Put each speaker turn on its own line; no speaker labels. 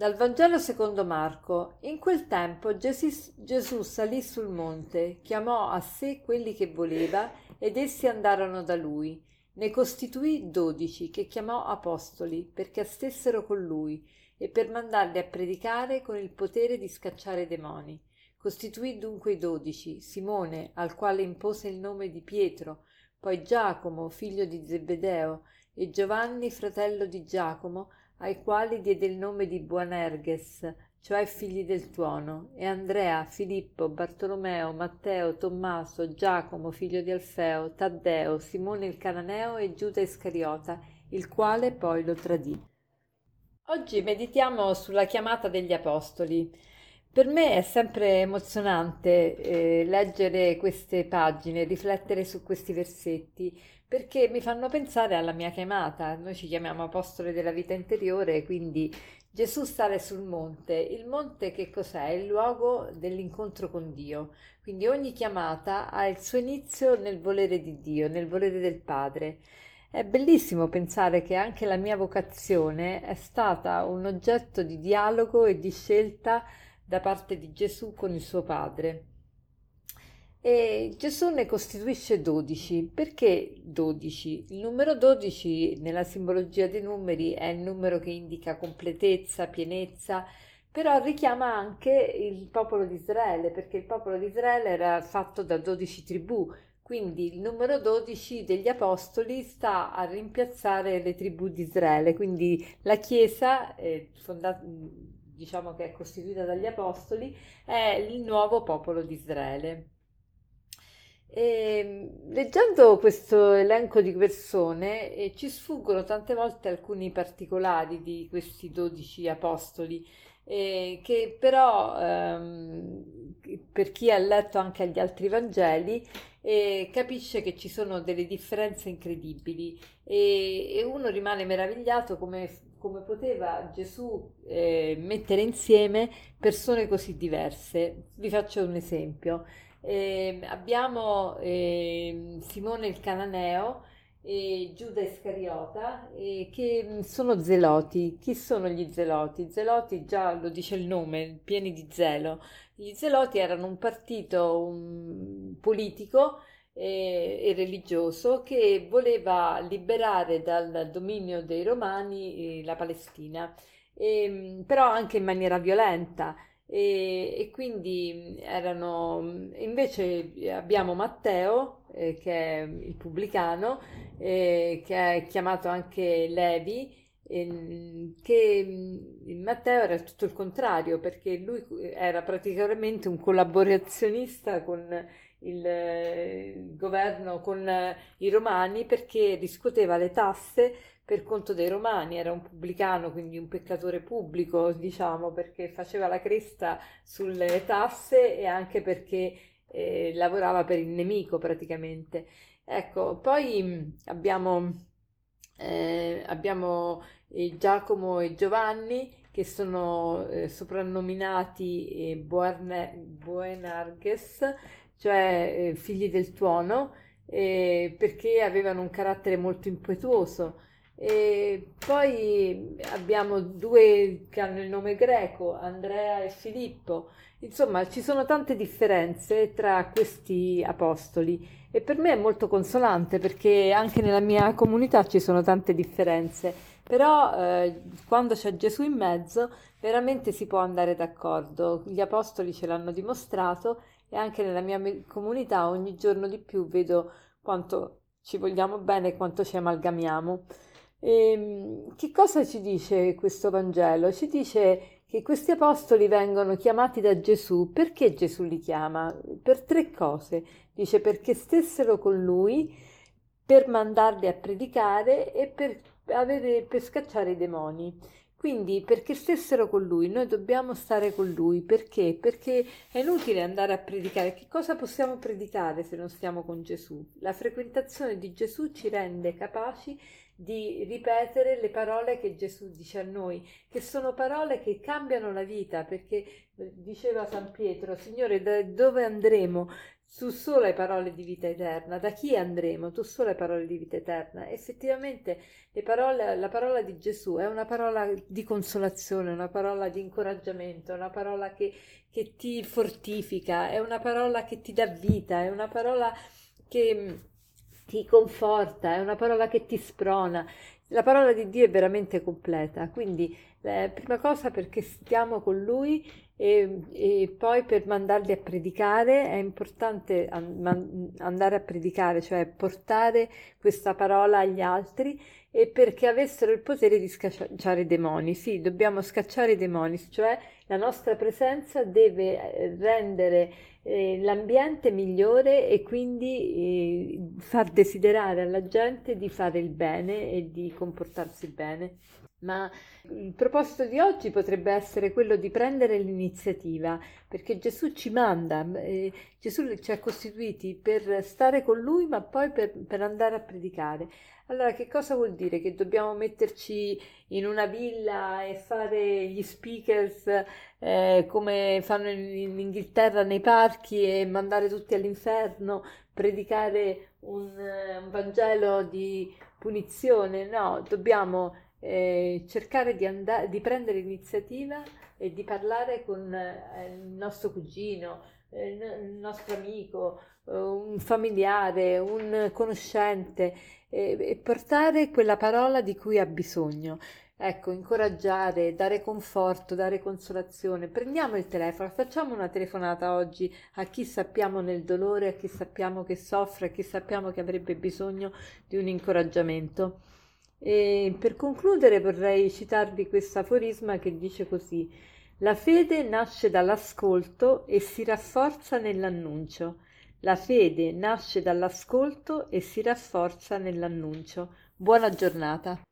Dal Vangelo secondo Marco. In quel tempo Gesù salì sul monte, chiamò a sé quelli che voleva ed essi andarono da lui. Ne costituì 12 che chiamò apostoli perché stessero con lui e per mandarli a predicare con il potere di scacciare i demoni. Costituì dunque i 12: Simone, al quale impose il nome di Pietro, poi Giacomo, figlio di Zebedeo, e Giovanni, fratello di Giacomo, ai quali diede il nome di Boanerges, cioè figli del tuono, e Andrea, Filippo, Bartolomeo, Matteo, Tommaso, Giacomo, figlio di Alfeo, Taddeo, Simone il Cananeo e Giuda Iscariota, il quale poi lo tradì. Oggi meditiamo sulla chiamata degli apostoli. Per me è sempre emozionante leggere queste pagine, riflettere su questi versetti, perché mi fanno pensare alla mia chiamata. Noi ci chiamiamo apostoli della vita interiore, quindi Gesù sale sul monte. Il monte che cos'è? È il luogo dell'incontro con Dio. Quindi ogni chiamata ha il suo inizio nel volere di Dio, nel volere del Padre. È bellissimo pensare che anche la mia vocazione è stata un oggetto di dialogo e di scelta da parte di Gesù con il suo Padre. E Gesù ne costituisce 12. Perché 12? Il numero 12 nella simbologia dei numeri è il numero che indica completezza, pienezza, però richiama anche il popolo di Israele, perché il popolo di Israele era fatto da 12 tribù, quindi il numero 12 degli apostoli sta a rimpiazzare le tribù di Israele, quindi la Chiesa, diciamo che è costituita dagli apostoli, è il nuovo popolo di Israele. Leggendo questo elenco di persone ci sfuggono tante volte alcuni particolari di questi 12 apostoli, che però per chi ha letto anche gli altri Vangeli capisce che ci sono delle differenze incredibili e uno rimane meravigliato come poteva Gesù mettere insieme persone così diverse. Vi faccio un esempio. Abbiamo Simone il Cananeo e Giuda Iscariota che sono zeloti. Chi sono gli zeloti? I zeloti, già lo dice il nome, pieni di zelo. Gli zeloti erano un partito politico e religioso che voleva liberare dal dominio dei Romani la Palestina, però anche in maniera violenta. E quindi invece abbiamo Matteo, che è il pubblicano, che è chiamato anche Levi, Matteo era tutto il contrario, perché lui era praticamente un collaborazionista con il governo, con i romani, perché riscuoteva le tasse per conto dei romani. Era un pubblicano, quindi un peccatore pubblico, diciamo, perché faceva la cresta sulle tasse e anche perché lavorava per il nemico praticamente. Ecco, poi abbiamo Giacomo e Giovanni che sono soprannominati Boanerges, cioè figli del tuono, perché avevano un carattere molto impetuoso. E poi abbiamo due che hanno il nome greco, Andrea e Filippo. Insomma, ci sono tante differenze tra questi apostoli e per me è molto consolante perché anche nella mia comunità ci sono tante differenze, però quando c'è Gesù in mezzo veramente si può andare d'accordo. Gli apostoli ce l'hanno dimostrato e anche nella mia comunità ogni giorno di più vedo quanto ci vogliamo bene e quanto ci amalgamiamo. Che cosa ci dice questo Vangelo? Ci dice che questi apostoli vengono chiamati da Gesù. Perché Gesù li chiama? Per tre cose. Dice perché stessero con lui, per mandarli a predicare e per scacciare i demoni. Quindi perché stessero con lui, noi dobbiamo stare con lui. Perché? Perché è inutile andare a predicare. Che cosa possiamo predicare se non stiamo con Gesù? La frequentazione di Gesù ci rende capaci di ripetere le parole che Gesù dice a noi, che sono parole che cambiano la vita, perché diceva San Pietro, Signore, da dove andremo? Tu solo hai parole di vita eterna. Da chi andremo? Tu solo hai parole di vita eterna. Effettivamente la parola di Gesù è una parola di consolazione, una parola di incoraggiamento, è una parola che ti fortifica, è una parola che ti dà vita, è una parola che ti conforta, è una parola che ti sprona. La parola di Dio è veramente completa, quindi prima cosa perché stiamo con Lui e poi per mandarli a predicare è importante andare a predicare, cioè portare questa parola agli altri e perché avessero il potere di scacciare i demoni. Sì, dobbiamo scacciare i demoni, cioè la nostra presenza deve rendere l'ambiente migliore e quindi far desiderare alla gente di fare il bene e di comportarsi bene. Ma il proposito di oggi potrebbe essere quello di prendere l'iniziativa, perché Gesù ci manda, Gesù ci ha costituiti per stare con Lui, ma poi per andare a predicare. Allora, che cosa vuol dire? Che dobbiamo metterci in una villa e fare gli speakers come fanno in Inghilterra nei parchi e mandare tutti all'inferno, predicare un Vangelo di punizione? No, dobbiamo cercare di prendere l'iniziativa e di parlare con il nostro cugino, il nostro amico, un familiare, un conoscente e portare quella parola di cui ha bisogno. Ecco, incoraggiare, dare conforto, dare consolazione. Prendiamo il telefono, facciamo una telefonata oggi a chi sappiamo nel dolore, a chi sappiamo che soffre, a chi sappiamo che avrebbe bisogno di un incoraggiamento. E per concludere vorrei citarvi questo aforisma che dice così: la fede nasce dall'ascolto e si rafforza nell'annuncio. La fede nasce dall'ascolto e si rafforza nell'annuncio. Buona giornata.